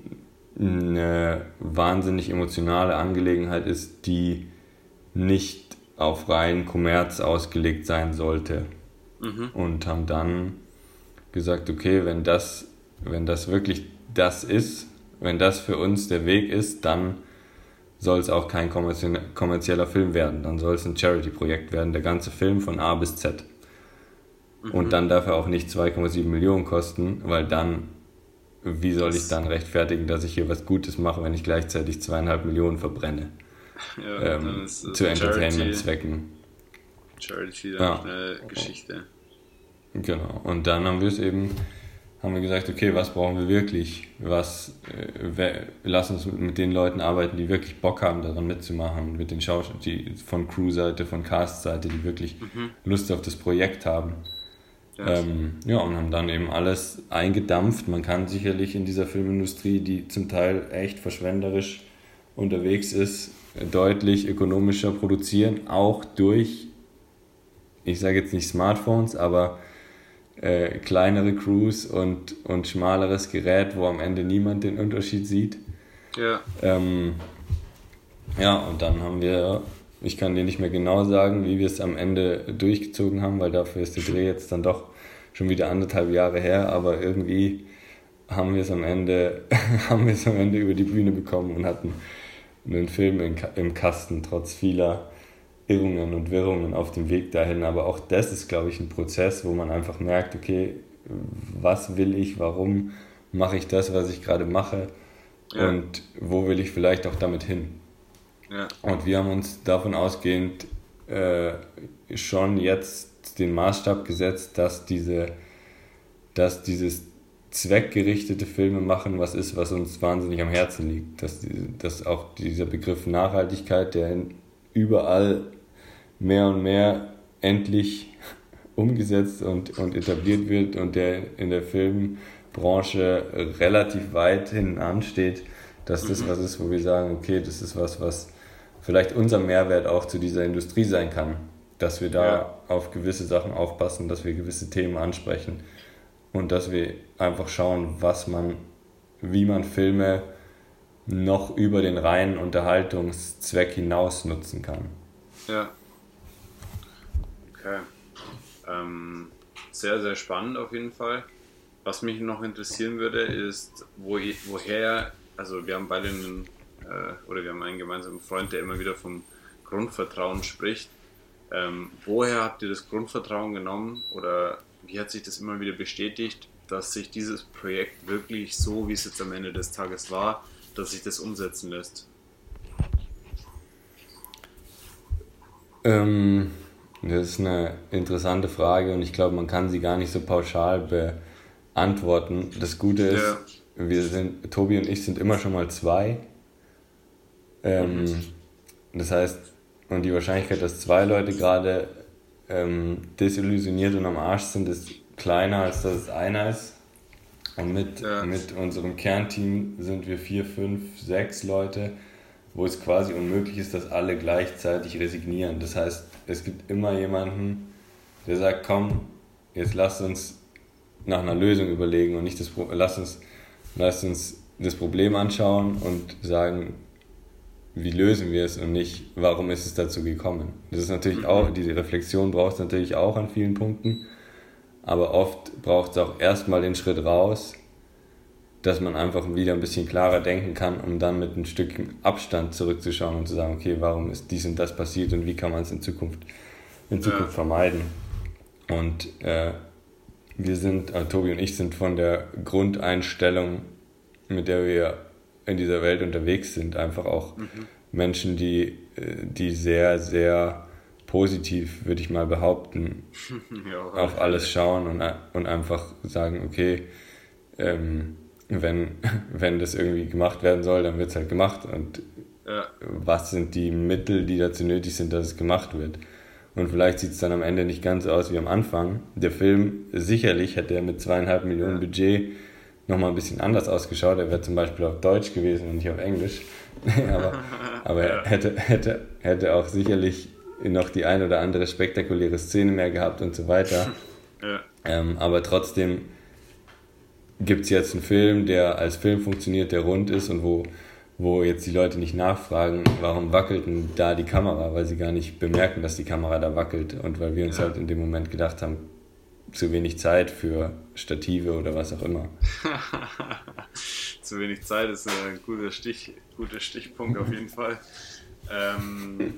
eine wahnsinnig emotionale Angelegenheit ist, die nicht auf reinen Kommerz ausgelegt sein sollte. Mhm. Und haben dann gesagt, okay, wenn das, wenn das wirklich das ist, wenn das für uns der Weg ist, dann soll es auch kein kommerzieller Film werden. Dann soll es ein Charity-Projekt werden, der ganze Film von A bis Z. Mhm. Und dann darf er auch nicht zwei Komma sieben Millionen kosten, weil dann, wie soll ich dann rechtfertigen, dass ich hier was Gutes mache, wenn ich gleichzeitig zweieinhalb Millionen verbrenne? Ja, ähm, dann ist zu Entertainment-Zwecken. Charity, dann ja. Eine Geschichte. Genau. Und dann haben wir es eben, haben wir gesagt, okay, was brauchen wir wirklich? Was, äh, wer, lass uns mit den Leuten arbeiten, die wirklich Bock haben, daran mitzumachen, mit den Schauspielern, die von Crew-Seite, von Cast-Seite, die wirklich mhm. Lust auf das Projekt haben. Ja. Ähm, ja, und haben dann eben alles eingedampft. Man kann sicherlich in dieser Filmindustrie, die zum Teil echt verschwenderisch unterwegs ist, deutlich ökonomischer produzieren, auch durch, ich sage jetzt nicht Smartphones, aber äh, kleinere Crews und, und schmaleres Gerät, wo am Ende niemand den Unterschied sieht. Ja. Ähm, ja, und dann haben wir, ich kann dir nicht mehr genau sagen, wie wir es am Ende durchgezogen haben, weil dafür ist der Dreh jetzt dann doch schon wieder anderthalb Jahre her, aber irgendwie haben wir es am Ende, haben wir es am Ende über die Bühne bekommen und hatten einen Film in, im Kasten, trotz vieler Irrungen und Wirrungen auf dem Weg dahin. Aber auch das ist, glaube ich, ein Prozess, wo man einfach merkt, okay, was will ich, warum mache ich das, was ich gerade mache, ja. Und wo will ich vielleicht auch damit hin. Ja. Und wir haben uns davon ausgehend äh, schon jetzt den Maßstab gesetzt, dass diese, dass dieses zweckgerichtete Filme machen was ist, was uns wahnsinnig am Herzen liegt. Dass, dass auch dieser Begriff Nachhaltigkeit, der überall mehr und mehr endlich umgesetzt und, und etabliert wird und der in der Filmbranche relativ weit hinten ansteht, dass das mhm. was ist, wo wir sagen, okay, das ist was, was vielleicht unser Mehrwert auch zu dieser Industrie sein kann. Dass wir da ja. auf gewisse Sachen aufpassen, dass wir gewisse Themen ansprechen und dass wir einfach schauen, was man, wie man Filme noch über den reinen Unterhaltungszweck hinaus nutzen kann. Ja. Okay. Ähm, sehr, sehr spannend auf jeden Fall. Was mich noch interessieren würde, ist, wo, woher, also wir haben beide einen, äh, oder wir haben einen gemeinsamen Freund, der immer wieder vom Grundvertrauen spricht. Ähm, woher habt ihr das Grundvertrauen genommen oder wie hat sich das immer wieder bestätigt, dass sich dieses Projekt wirklich so, wie es jetzt am Ende des Tages war, dass sich das umsetzen lässt? Ähm, das ist eine interessante Frage und ich glaube, man kann sie gar nicht so pauschal beantworten. Das Gute ist, ja. wir sind, Tobi und ich sind immer schon mal zwei. Ähm, mhm. Das heißt, und die Wahrscheinlichkeit, dass zwei Leute gerade ähm, desillusioniert und am Arsch sind, ist kleiner, als dass es einer ist. Und mit, ja. mit unserem Kernteam sind wir vier, fünf, sechs Leute, wo es quasi unmöglich ist, dass alle gleichzeitig resignieren. Das heißt, es gibt immer jemanden, der sagt, komm, jetzt lasst uns nach einer Lösung überlegen und nicht das Pro- lasst uns, lasst uns das Problem anschauen und sagen, wie lösen wir es und nicht, warum ist es dazu gekommen. Das ist natürlich auch, diese Reflexion braucht es natürlich auch an vielen Punkten, aber oft braucht es auch erstmal den Schritt raus, dass man einfach wieder ein bisschen klarer denken kann, um dann mit ein Stück Abstand zurückzuschauen und zu sagen, okay, warum ist dies und das passiert und wie kann man es in Zukunft, in Zukunft ja. vermeiden. Und äh, wir sind, also Tobi und ich sind von der Grundeinstellung, mit der wir in dieser Welt unterwegs sind, einfach auch mhm. Menschen, die, die sehr, sehr positiv, würde ich mal behaupten, ja, auf alles schauen und, und einfach sagen, okay, ähm, wenn, wenn das irgendwie gemacht werden soll, dann wird es halt gemacht und ja. was sind die Mittel, die dazu nötig sind, dass es gemacht wird. Und vielleicht sieht es dann am Ende nicht ganz so aus wie am Anfang. Der Film, sicherlich hätte er mit zweieinhalb Millionen ja. Budget nochmal ein bisschen anders ausgeschaut. Er wäre zum Beispiel auf Deutsch gewesen und nicht auf Englisch. aber aber ja. er hätte, hätte, hätte auch sicherlich noch die ein oder andere spektakuläre Szene mehr gehabt und so weiter. Ja. Ähm, aber trotzdem gibt es jetzt einen Film, der als Film funktioniert, der rund ist und wo, wo jetzt die Leute nicht nachfragen, warum wackelt denn da die Kamera, weil sie gar nicht bemerken, dass die Kamera da wackelt und weil wir uns ja. halt in dem Moment gedacht haben, zu wenig Zeit für Stative oder was auch immer. Zu wenig Zeit ist ein guter, Stich, guter Stichpunkt auf jeden Fall. Ähm,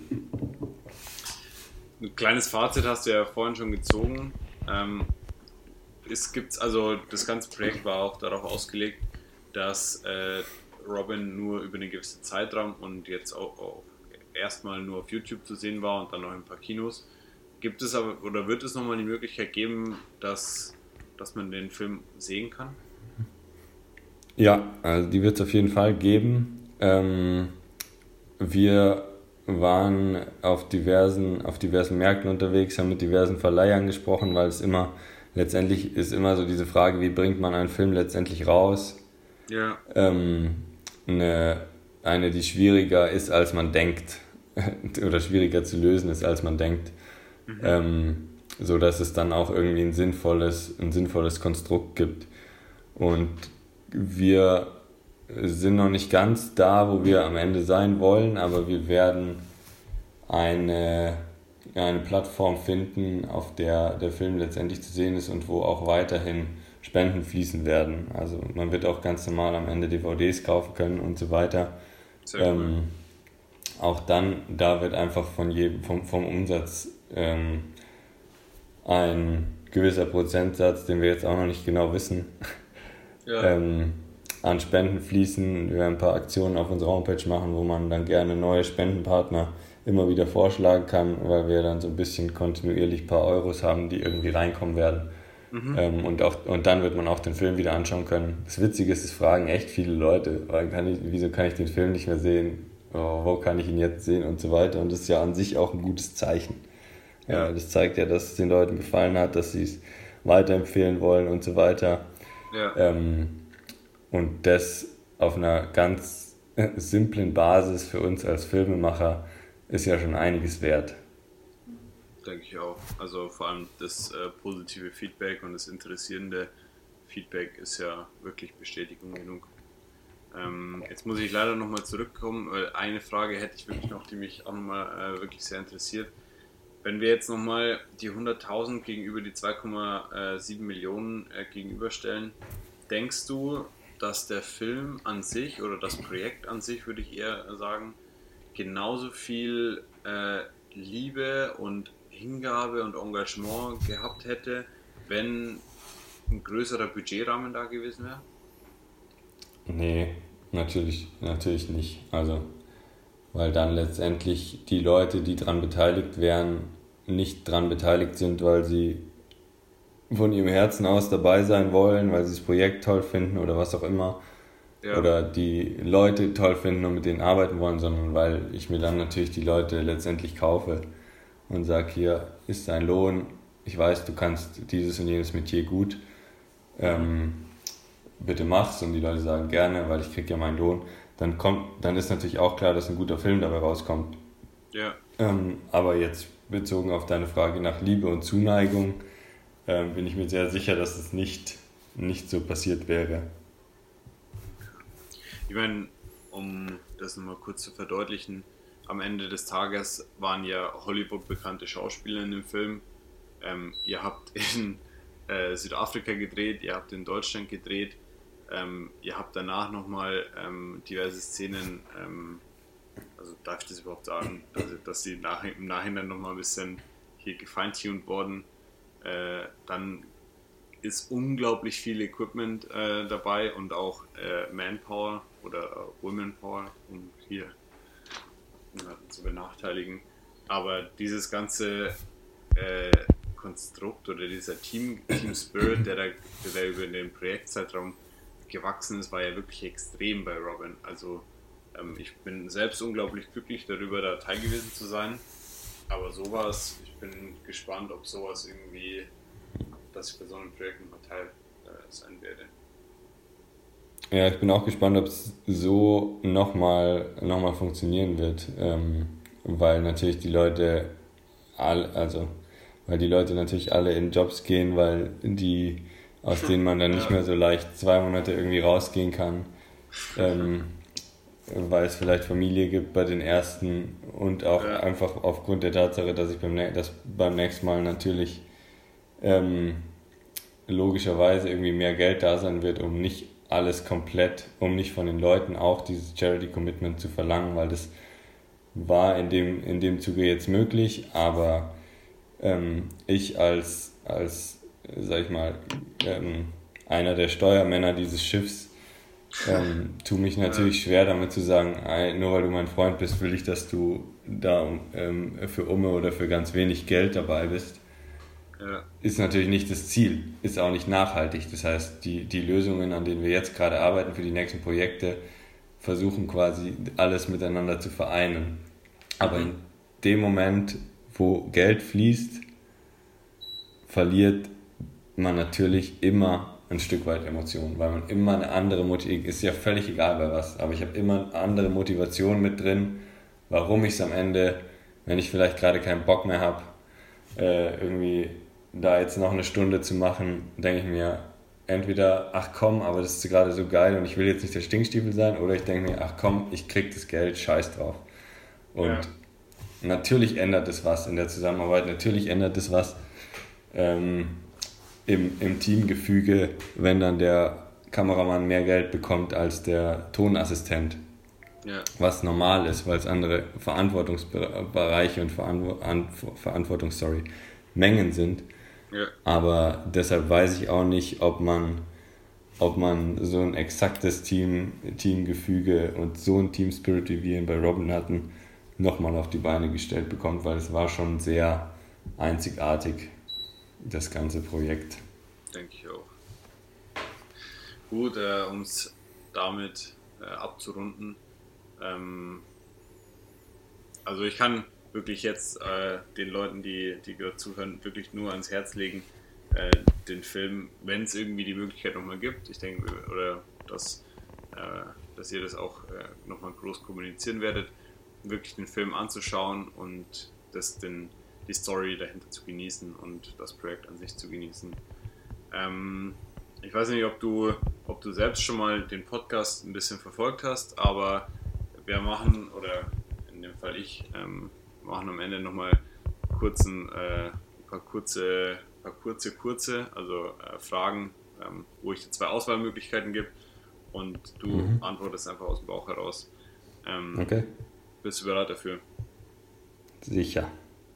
ein kleines Fazit hast du ja vorhin schon gezogen. Ähm, es gibt's, also das ganze Projekt war auch darauf ausgelegt, dass äh, Robin nur über einen gewissen Zeitraum und jetzt auch, auch erstmal nur auf YouTube zu sehen war und dann noch in ein paar Kinos. Gibt es aber, oder wird es nochmal die Möglichkeit geben, dass, dass man den Film sehen kann? Ja, also die wird es auf jeden Fall geben. Ähm, wir waren auf diversen, auf diversen Märkten unterwegs, haben mit diversen Verleihern gesprochen, weil es immer, letztendlich ist immer so diese Frage, wie bringt man einen Film letztendlich raus? Ja. Ähm, eine, eine, die schwieriger ist, als man denkt, oder schwieriger zu lösen ist, als man denkt. Mhm. Ähm, so dass es dann auch irgendwie ein sinnvolles, ein sinnvolles Konstrukt gibt. Und wir sind noch nicht ganz da, wo wir am Ende sein wollen, aber wir werden eine, eine Plattform finden, auf der der Film letztendlich zu sehen ist und wo auch weiterhin Spenden fließen werden. Also man wird auch ganz normal am Ende D V Ds kaufen können und so weiter. Sehr cool. Ähm, auch dann, da wird einfach von jedem, vom, vom Umsatz ähm, ein gewisser Prozentsatz, den wir jetzt auch noch nicht genau wissen, ja. ähm, an Spenden fließen. Wir werden ein paar Aktionen auf unserer Homepage machen, wo man dann gerne neue Spendenpartner immer wieder vorschlagen kann, weil wir dann so ein bisschen kontinuierlich ein paar Euros haben, die irgendwie reinkommen werden. Mhm. Ähm, und, auch, und dann wird man auch den Film wieder anschauen können. Das Witzige ist, es fragen echt viele Leute, weil kann ich, wieso kann ich den Film nicht mehr sehen? Oh, wo kann ich ihn jetzt sehen und so weiter. Und das ist ja an sich auch ein gutes Zeichen. Ja. Ja, das zeigt ja, dass es den Leuten gefallen hat, dass sie es weiterempfehlen wollen und so weiter. Ja. Ähm, und das auf einer ganz simplen Basis für uns als Filmemacher ist ja schon einiges wert. Denke ich auch. Also vor allem das äh, positive Feedback und das interessierende Feedback ist ja wirklich Bestätigung genug. Ähm, jetzt muss ich leider nochmal zurückkommen, weil eine Frage hätte ich wirklich noch, die mich auch nochmal äh, wirklich sehr interessiert. Wenn wir jetzt nochmal die hunderttausend gegenüber die zwei Komma sieben Millionen äh, gegenüberstellen, denkst du, dass der Film an sich oder das Projekt an sich, würde ich eher sagen, genauso viel äh, Liebe und Hingabe und Engagement gehabt hätte, wenn ein größerer Budgetrahmen da gewesen wäre? Nee, natürlich, natürlich nicht. Also, weil dann letztendlich die Leute, die daran beteiligt wären, nicht daran beteiligt sind, weil sie von ihrem Herzen aus dabei sein wollen, weil sie das Projekt toll finden oder was auch immer. Ja. Oder die Leute toll finden und mit denen arbeiten wollen, sondern weil ich mir dann natürlich die Leute letztendlich kaufe und sage, hier ist dein Lohn, ich weiß, du kannst dieses und jenes Metier gut, ähm, bitte mach's, und die Leute sagen gerne, weil ich kriege ja meinen Lohn, dann kommt, dann ist natürlich auch klar, dass ein guter Film dabei rauskommt. Ja. Ähm, aber jetzt bezogen auf deine Frage nach Liebe und Zuneigung, ähm, bin ich mir sehr sicher, dass es nicht, nicht so passiert wäre. Ich meine, um das nochmal kurz zu verdeutlichen, am Ende des Tages waren ja Hollywood bekannte Schauspieler in dem Film. Ähm, ihr habt in äh, Südafrika gedreht, ihr habt in Deutschland gedreht, ähm, ihr habt danach nochmal ähm, diverse Szenen, ähm, also darf ich das überhaupt sagen, dass, dass die nach, im Nachhinein nochmal ein bisschen hier gefeintuned wurden. Äh, dann ist unglaublich viel Equipment äh, dabei und auch äh, Manpower oder äh, Womanpower, um hier niemanden zu benachteiligen. Aber dieses ganze äh, Konstrukt oder dieser Team, Team Spirit, der, da, der über den Projektzeitraum gewachsen ist, war ja wirklich extrem bei Robin. Also ähm, ich bin selbst unglaublich glücklich darüber, da Teil gewesen zu sein. Aber sowas, ich bin gespannt, ob sowas irgendwie, dass ich bei so einem Projekt nochmal Teil äh, sein werde. Ja, ich bin auch gespannt, ob es so nochmal noch mal funktionieren wird, ähm, weil natürlich die Leute, all, also weil die Leute natürlich alle in Jobs gehen, weil die, aus denen man dann nicht mehr so leicht zwei Monate irgendwie rausgehen kann, ähm, weil es vielleicht Familie gibt bei den ersten und auch ja. einfach aufgrund der Tatsache, dass ich beim, dass beim nächsten Mal natürlich ähm, logischerweise irgendwie mehr Geld da sein wird, um nicht alles komplett, um nicht von den Leuten auch dieses Charity-Commitment zu verlangen, weil das war in dem, in dem Zuge jetzt möglich, aber ähm, ich als, als, sag ich mal, ähm, einer der Steuermänner dieses Schiffs ähm, tue mich natürlich schwer damit zu sagen, nur weil du mein Freund bist, will ich, dass du da ähm, für Umme oder für ganz wenig Geld dabei bist. Ja. Ist natürlich nicht das Ziel, ist auch nicht nachhaltig. Das heißt, die, die Lösungen, an denen wir jetzt gerade arbeiten für die nächsten Projekte, versuchen quasi alles miteinander zu vereinen. Aber in dem Moment, wo Geld fließt, verliert man natürlich immer ein Stück weit Emotionen, weil man immer eine andere Motivation, ist ja völlig egal bei was, aber ich habe immer eine andere Motivation mit drin, warum ich es am Ende, wenn ich vielleicht gerade keinen Bock mehr habe, äh, irgendwie da jetzt noch eine Stunde zu machen, denke ich mir entweder, ach komm, aber das ist gerade so geil und ich will jetzt nicht der Stinkstiefel sein, oder ich denke mir, ach komm, ich krieg das Geld, scheiß drauf. Und ja. natürlich ändert es was in der Zusammenarbeit, natürlich ändert es was ähm, im, im Teamgefüge, wenn dann der Kameramann mehr Geld bekommt als der Tonassistent. Ja. Was normal ist, weil es andere Verantwortungsbereiche und Verantwortung, sorry, Mengen sind. Ja. Aber deshalb weiß ich auch nicht, ob man, ob man so ein exaktes Team, Teamgefüge und so ein Team-Spirit, wie wir ihn bei Robin hatten, nochmal auf die Beine gestellt bekommt, weil es war schon sehr einzigartig, das ganze Projekt. Denke ich auch. Gut, äh, um es damit äh, abzurunden. Ähm, also ich kann wirklich jetzt äh, den Leuten, die, die gerade zuhören, wirklich nur ans Herz legen, äh, den Film, wenn es irgendwie die Möglichkeit nochmal gibt, ich denke, oder dass, äh, dass ihr das auch äh, nochmal groß kommunizieren werdet, wirklich den Film anzuschauen und das, den, die Story dahinter zu genießen und das Projekt an sich zu genießen. Ähm, ich weiß nicht, ob du, ob du selbst schon mal den Podcast ein bisschen verfolgt hast, aber wir machen, oder in dem Fall ich, ähm, machen am Ende nochmal kurzen, äh, ein paar kurze, paar kurze, kurze, also äh, Fragen, ähm, wo ich dir zwei Auswahlmöglichkeiten gebe und du mhm. antwortest einfach aus dem Bauch heraus. Ähm, okay. Bist du bereit dafür? Sicher.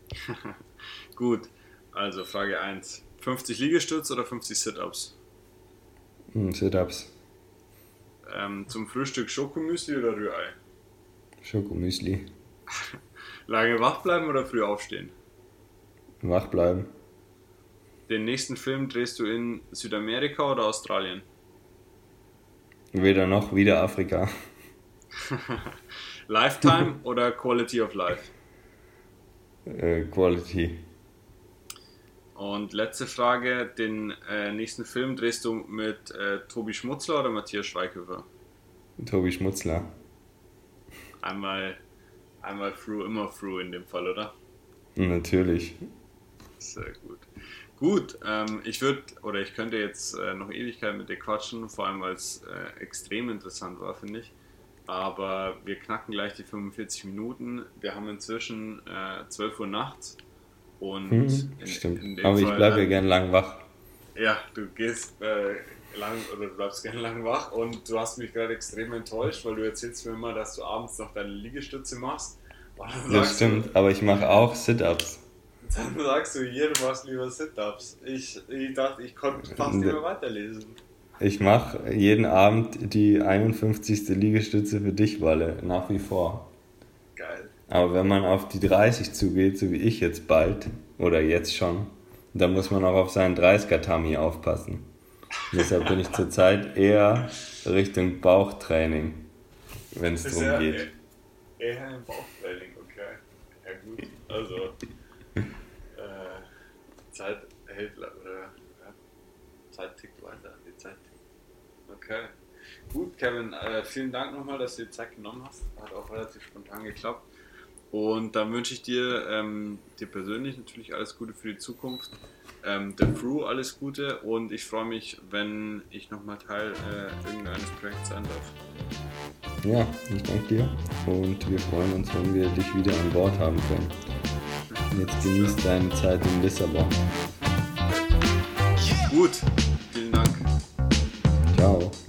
Gut, also Frage eins. fünfzig Liegestütze oder fünfzig Sit-Ups? Hm, Sit-Ups. Ähm, zum Frühstück Schokomüsli oder Rührei? Schokomüsli. Lange wach bleiben oder früh aufstehen? Wach bleiben. Den nächsten Film drehst du in Südamerika oder Australien? Weder noch, wieder Afrika. Lifetime oder Quality of Life? Äh, Quality. Und letzte Frage, den äh, nächsten Film drehst du mit äh, Tobi Schmutzler oder Matthias Schweighöfer? Tobi Schmutzler. Einmal, einmal through, immer through in dem Fall, oder? Natürlich. Sehr gut. Gut, ähm, ich würde, oder ich könnte jetzt äh, noch Ewigkeit mit dir quatschen, vor allem weil es äh, extrem interessant war, finde ich. Aber wir knacken gleich die fünfundvierzig Minuten. Wir haben inzwischen äh, zwölf Uhr nachts. Und hm, in, stimmt. in dem Aber Fall, ich bleibe ja gern lang wach. ja, du gehst äh, lang oder du bleibst gerne lang wach und du hast mich gerade extrem enttäuscht, weil du erzählst mir immer, dass du abends noch deine Liegestütze machst. Das stimmt, du, aber ich mache auch Sit-Ups. Dann sagst du hier, du machst lieber Sit-Ups. Ich, ich dachte, ich konnte fast nicht mehr weiterlesen. Ich mache jeden Abend die einundfünfzigste Liegestütze für dich, Walle, nach wie vor. Geil. Aber wenn man auf die dreißig zugeht, so wie ich jetzt bald, oder jetzt schon, dann muss man auch auf seinen dreißiger-Tummy aufpassen. Deshalb bin ich zurzeit eher Richtung Bauchtraining, wenn es darum geht. Eher im Bauchtraining, okay. Ja gut, also äh, Zeit hält, oder ja, Zeit tickt weiter, die Zeit tickt. Okay. Gut, Kevin, äh, vielen Dank nochmal, dass du dir Zeit genommen hast. Hat auch relativ spontan geklappt. Und dann wünsche ich dir, ähm, dir persönlich natürlich alles Gute für die Zukunft. Ähm, der Crew alles Gute und ich freue mich, wenn ich nochmal Teil äh, irgendeines Projekts sein darf. Ja, ich danke dir und wir freuen uns, wenn wir dich wieder an Bord haben können. Jetzt genieß deine Zeit in Lissabon. Gut, vielen Dank. Ciao.